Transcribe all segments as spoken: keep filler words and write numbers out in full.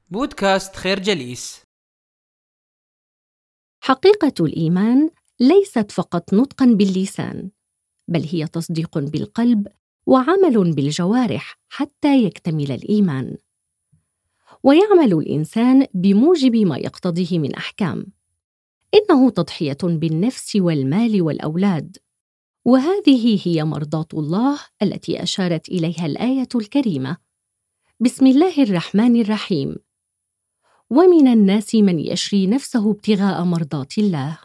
بودكاست خير جليس. حقيقة الإيمان ليست فقط نطقاً باللسان، بل هي تصديق بالقلب وعمل بالجوارح حتى يكتمل الإيمان. ويعمل الإنسان بموجب ما يقتضيه من أحكام. إنه تضحية بالنفس والمال والأولاد، وهذه هي مرضاة الله التي أشارت إليها الآية الكريمة: بسم الله الرحمن الرحيم، ومن الناس من يشري نفسه ابتغاء مرضات الله.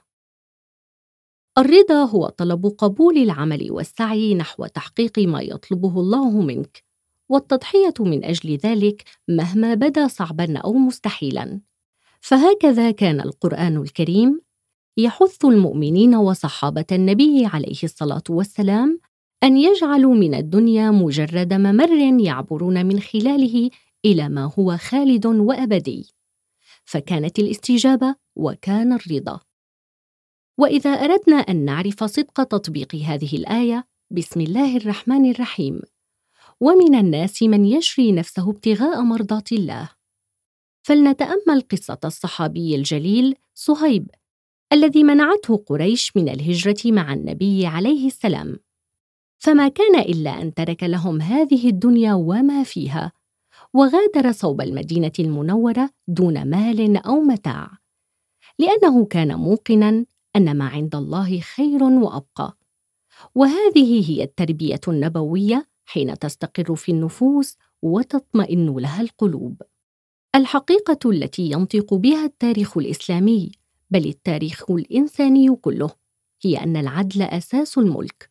الرضا هو طلب قبول العمل والسعي نحو تحقيق ما يطلبه الله منك، والتضحية من أجل ذلك مهما بدا صعباً أو مستحيلاً. فهكذا كان القرآن الكريم يحث المؤمنين وصحابة النبي عليه الصلاة والسلام أن يجعلوا من الدنيا مجرد ممر يعبرون من خلاله إلى ما هو خالد وأبدي. فكانت الاستجابة وكان الرضا. وإذا أردنا أن نعرف صدق تطبيق هذه الآية: بسم الله الرحمن الرحيم، ومن الناس من يشري نفسه ابتغاء مرضات الله، فلنتأمل قصة الصحابي الجليل صهيب الذي منعته قريش من الهجرة مع النبي عليه السلام، فما كان إلا أن ترك لهم هذه الدنيا وما فيها، وغادر صوب المدينة المنورة دون مال أو متاع، لأنه كان موقناً أن ما عند الله خير وأبقى. وهذه هي التربية النبوية حين تستقر في النفوس وتطمئن لها القلوب. الحقيقة التي ينطق بها التاريخ الإسلامي، بل التاريخ الإنساني كله، هي أن العدل أساس الملك.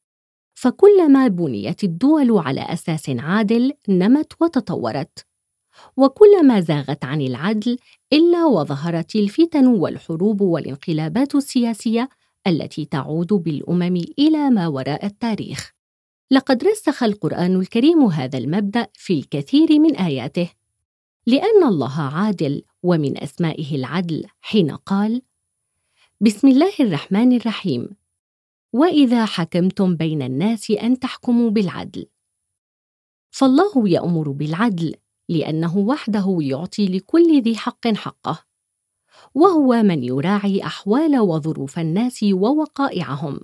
فكلما بنيت الدول على أساس عادل نمت وتطورت، وكلما زاغت عن العدل إلا وظهرت الفتن والحروب والانقلابات السياسية التي تعود بالأمم إلى ما وراء التاريخ. لقد رسخ القرآن الكريم هذا المبدأ في الكثير من آياته، لأن الله عادل، ومن أسمائه العدل، حين قال: بسم الله الرحمن الرحيم، وإذا حكمتم بين الناس أن تحكموا بالعدل. فالله يأمر بالعدل لأنه وحده يعطي لكل ذي حق حقه، وهو من يراعي أحوال وظروف الناس ووقائعهم.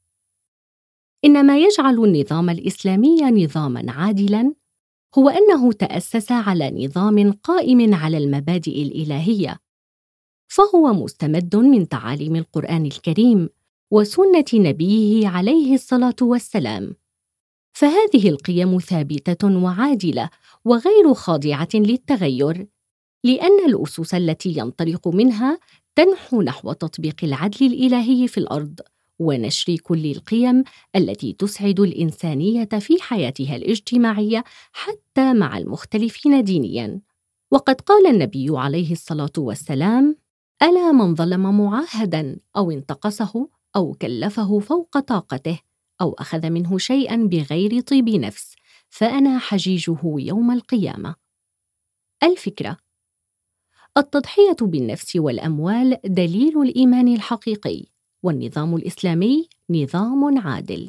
إن ما يجعل النظام الإسلامي نظاماً عادلاً هو أنه تأسس على نظام قائم على المبادئ الإلهية، فهو مستمد من تعاليم القرآن الكريم وسنة نبيه عليه الصلاة والسلام. فهذه القيم ثابتة وعادلة وغير خاضعة للتغير، لأن الأسس التي ينطلق منها تنحو نحو تطبيق العدل الإلهي في الأرض، ونشر كل القيم التي تسعد الإنسانية في حياتها الاجتماعية حتى مع المختلفين دينياً. وقد قال النبي عليه الصلاة والسلام: ألا من ظلم معاهداً أو انتقصه أو كلفه فوق طاقته أو أخذ منه شيئاً بغير طيب نفس، فأنا حجيجه يوم القيامة. الفكرة: التضحية بالنفس والأموال دليل الإيمان الحقيقي، والنظام الإسلامي نظام عادل.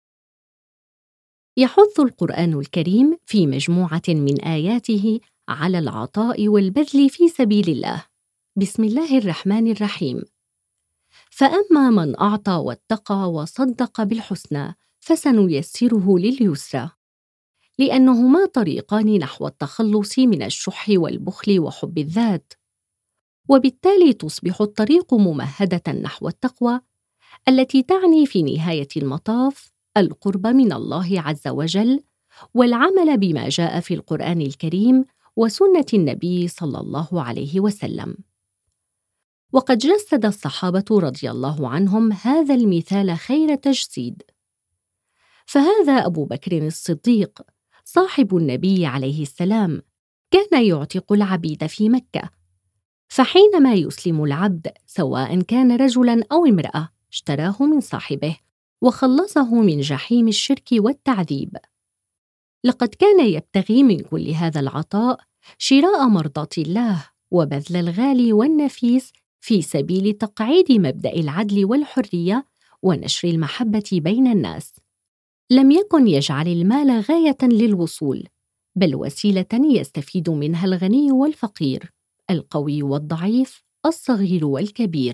يحث القرآن الكريم في مجموعة من آياته على العطاء والبذل في سبيل الله. بسم الله الرحمن الرحيم، فأما من أعطى واتقى وصدق بالحسنى فسنيسره لليسرى، لأنهما طريقان نحو التخلص من الشح والبخل وحب الذات، وبالتالي تصبح الطريق ممهدة نحو التقوى التي تعني في نهاية المطاف القرب من الله عز وجل، والعمل بما جاء في القرآن الكريم وسنة النبي صلى الله عليه وسلم. وقد جسد الصحابة رضي الله عنهم هذا المثال خير تجسيد. فهذا أبو بكر الصديق صاحب النبي عليه السلام كان يعتق العبيد في مكة، فحينما يسلم العبد سواء كان رجلاً أو امرأة اشتراه من صاحبه وخلصه من جحيم الشرك والتعذيب. لقد كان يبتغي من كل هذا العطاء شراء مرضاة الله وبذل الغالي والنفيس في سبيل تقعيد مبدأ العدل والحرية ونشر المحبة بين الناس. لم يكن يجعل المال غاية للوصول، بل وسيلة يستفيد منها الغني والفقير، القوي والضعيف، الصغير والكبير.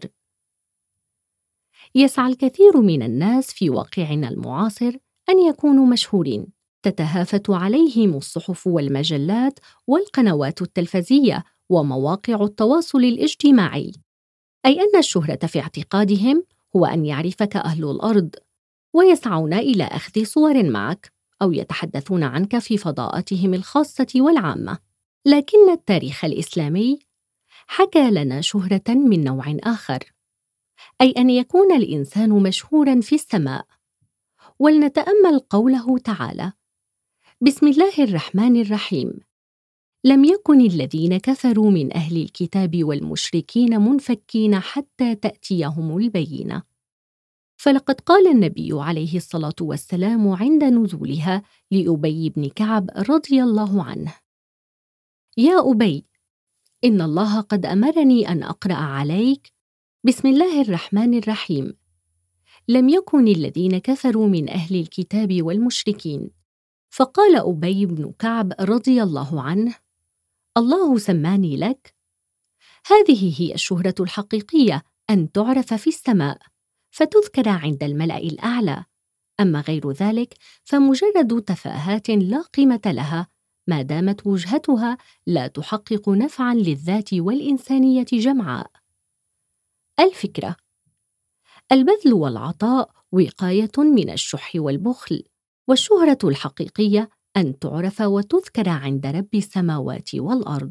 يسعى الكثير من الناس في واقعنا المعاصر أن يكونوا مشهورين، تتهافت عليهم الصحف والمجلات والقنوات التلفزية ومواقع التواصل الاجتماعي، أي أن الشهرة في اعتقادهم هو أن يعرفك أهل الأرض، ويسعون إلى أخذ صور معك أو يتحدثون عنك في فضاءاتهم الخاصة والعامة. لكن التاريخ الإسلامي حكى لنا شهرة من نوع آخر، أي أن يكون الإنسان مشهوراً في السماء. ولنتأمل قوله تعالى: بسم الله الرحمن الرحيم. لم يكن الذين كفروا من أهل الكتاب والمشركين منفكين حتى تأتيهم البينة. فلقد قال النبي عليه الصلاة والسلام عند نزولها لأبي بن كعب رضي الله عنه: يا أبي، إن الله قد أمرني أن أقرأ عليك بسم الله الرحمن الرحيم. لم يكن الذين كفروا من أهل الكتاب والمشركين. فقال أبي بن كعب رضي الله عنه: الله سماني لك. هذه هي الشهرة الحقيقية، أن تعرف في السماء فتذكر عند الملأ الأعلى. أما غير ذلك فمجرد تفاهات لا قيمة لها ما دامت وجهتها لا تحقق نفعاً للذات والإنسانية جمعاء. الفكرة: البذل والعطاء وقاية من الشح والبخل، والشهرة الحقيقية أن تعرف وتذكر عند رب السماوات والأرض.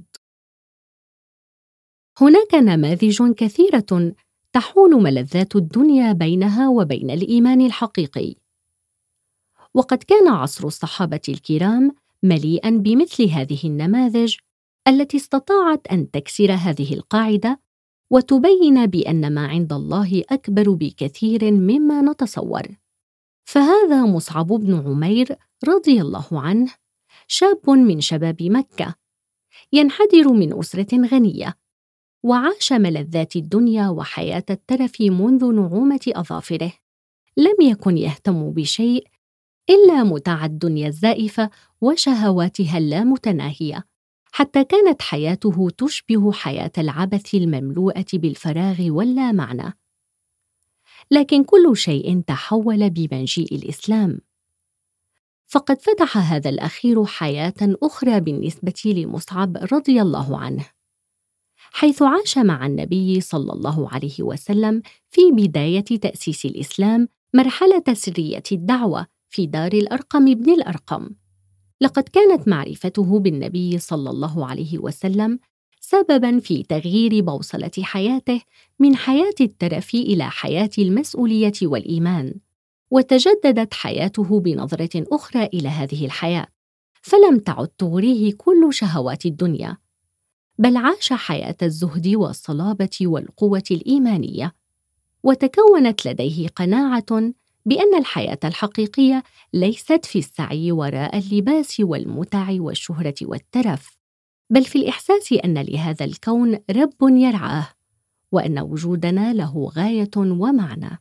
هناك نماذج كثيرة تحول ملذات الدنيا بينها وبين الإيمان الحقيقي، وقد كان عصر الصحابة الكرام مليئاً بمثل هذه النماذج التي استطاعت أن تكسر هذه القاعدة وتبين بأن ما عند الله أكبر بكثير مما نتصور. فهذا مصعب بن عمير رضي الله عنه، شاب من شباب مكة، ينحدر من أسرة غنية، وعاش ملذات الدنيا وحياة الترف منذ نعومة أظافره. لم يكن يهتم بشيء إلا متاع الدنيا الزائفة وشهواتها اللامتناهية، حتى كانت حياته تشبه حياة العبث المملوءة بالفراغ واللا معنى. لكن كل شيء تحول بمجيء الإسلام، فقد فتح هذا الأخير حياة أخرى بالنسبة لمصعب رضي الله عنه، حيث عاش مع النبي صلى الله عليه وسلم في بداية تأسيس الإسلام مرحلة سرية الدعوة في دار الأرقم بن الأرقم. لقد كانت معرفته بالنبي صلى الله عليه وسلم سبباً في تغيير بوصلة حياته من حياة الترف إلى حياة المسؤولية والإيمان، وتجددت حياته بنظرة أخرى إلى هذه الحياة، فلم تعد تغريه كل شهوات الدنيا، بل عاش حياة الزهد والصلابة والقوة الإيمانية، وتكونت لديه قناعة بأن الحياة الحقيقية ليست في السعي وراء اللباس والمتع والشهرة والترف، بل في الإحساس أن لهذا الكون رب يرعاه، وأن وجودنا له غاية ومعنى.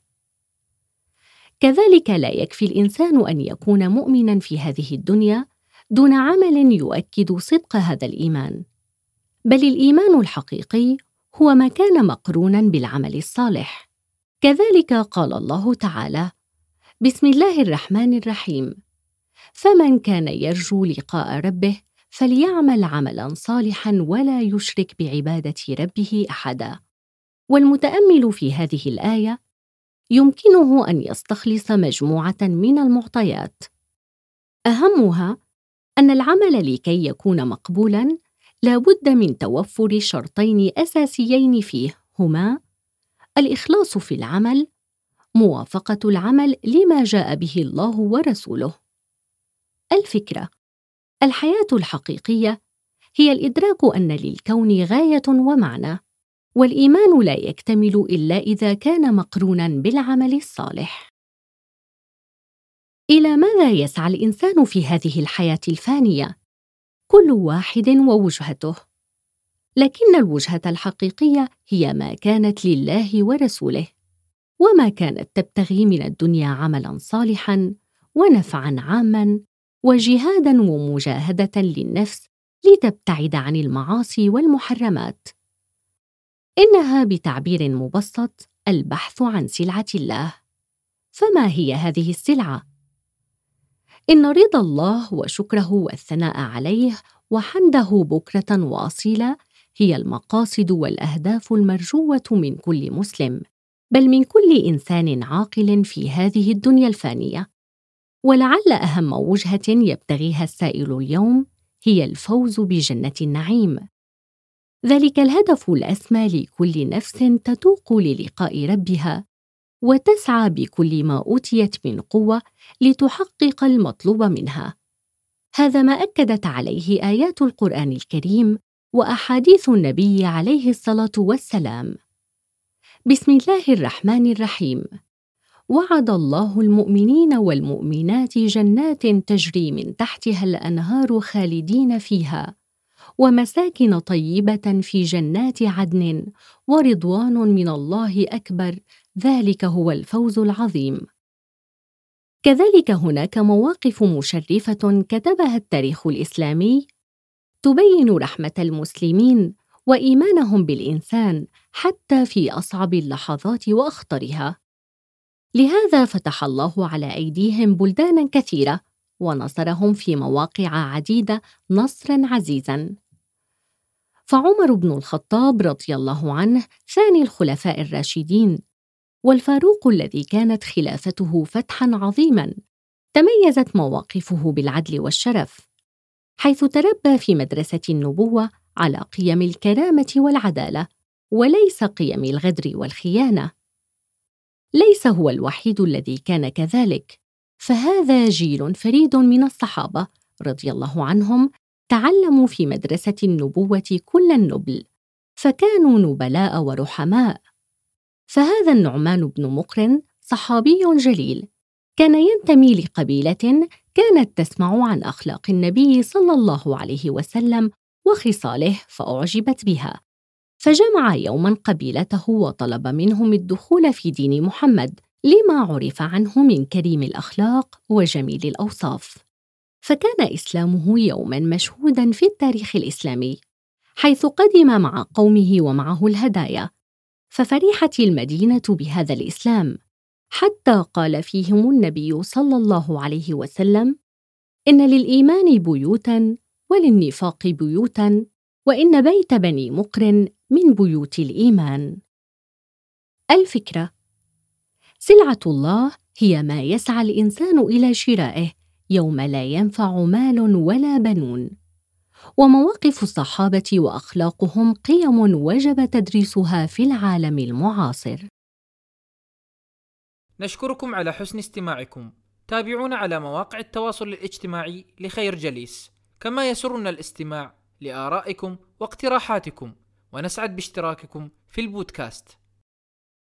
كذلك لا يكفي الإنسان أن يكون مؤمناً في هذه الدنيا دون عمل يؤكد صدق هذا الإيمان، بل الإيمان الحقيقي هو ما كان مقرونا بالعمل الصالح. كذلك قال الله تعالى: بسم الله الرحمن الرحيم. فمن كان يرجو لقاء ربه فليعمل عملا صالحا ولا يشرك بعبادة ربه أحدا. والمتأمل في هذه الآية يمكنه أن يستخلص مجموعة من المعطيات، أهمها أن العمل لكي يكون مقبولاً لا بد من توفر شرطين أساسيين فيه، هما الإخلاص في العمل، موافقة العمل لما جاء به الله ورسوله. الفكرة: الحياة الحقيقية هي الإدراك أن للكون غاية ومعنى، والإيمان لا يكتمل إلا إذا كان مقرونا بالعمل الصالح. إلى ماذا يسعى الإنسان في هذه الحياة الفانية؟ كل واحد ووجهته، لكن الوجهة الحقيقية هي ما كانت لله ورسوله، وما كانت تبتغي من الدنيا عملاً صالحاً ونفعاً عاماً وجهاداً ومجاهدة للنفس لتبتعد عن المعاصي والمحرمات. إنها بتعبير مبسط البحث عن سلعة الله. فما هي هذه السلعة؟ إن رضا الله وشكره والثناء عليه وحمده بكرة وأصيلا هي المقاصد والأهداف المرجوة من كل مسلم، بل من كل إنسان عاقل في هذه الدنيا الفانية. ولعل أهم وجهة يبتغيها السائل اليوم هي الفوز بجنة النعيم، ذلك الهدف الأسمى لكل نفس تتوق للقاء ربها وتسعى بكل ما أوتيت من قوة لتحقق المطلوب منها. هذا ما أكدت عليه آيات القرآن الكريم وأحاديث النبي عليه الصلاة والسلام. بسم الله الرحمن الرحيم. وعد الله المؤمنين والمؤمنات جنات تجري من تحتها الأنهار خالدين فيها، ومساكن طيبة في جنات عدن، ورضوان من الله أكبر، ذلك هو الفوز العظيم. كذلك هناك مواقف مشرفة كتبها التاريخ الإسلامي تبين رحمة المسلمين وإيمانهم بالإنسان حتى في أصعب اللحظات وأخطرها. لهذا فتح الله على أيديهم بلدانا كثيرة ونصرهم في مواقع عديدة نصراً عزيزاً. فعمر بن الخطاب رضي الله عنه ثاني الخلفاء الراشدين، والفاروق الذي كانت خلافته فتحاً عظيماً، تميزت مواقفه بالعدل والشرف، حيث تربى في مدرسة النبوة على قيم الكرامة والعدالة، وليس قيم الغدر والخيانة. ليس هو الوحيد الذي كان كذلك، فهذا جيل فريد من الصحابة رضي الله عنهم تعلموا في مدرسة النبوة كل النبل، فكانوا نبلاء ورحماء. فهذا النعمان بن مقرن صحابي جليل، كان ينتمي لقبيلة كانت تسمع عن أخلاق النبي صلى الله عليه وسلم وخصاله فأعجبت بها، فجمع يوماً قبيلته وطلب منهم الدخول في دين محمد لما عرف عنه من كريم الأخلاق وجميل الأوصاف. فكان إسلامه يوماً مشهوداً في التاريخ الإسلامي، حيث قدم مع قومه ومعه الهدايا، ففرحت المدينة بهذا الإسلام، حتى قال فيهم النبي صلى الله عليه وسلم: إن للإيمان بيوتاً وللنفاق بيوتاً، وإن بيت بني مقرن من بيوت الإيمان. الفكرة: سلعة الله هي ما يسعى الإنسان إلى شرائه يوم لا ينفع مال ولا بنون. ومواقف الصحابة وأخلاقهم قيم وجب تدريسها في العالم المعاصر. نشكركم على حسن استماعكم. تابعونا على مواقع التواصل الاجتماعي لخير جليس، كما يسرنا الاستماع لآرائكم واقتراحاتكم، ونسعد باشتراككم في البودكاست.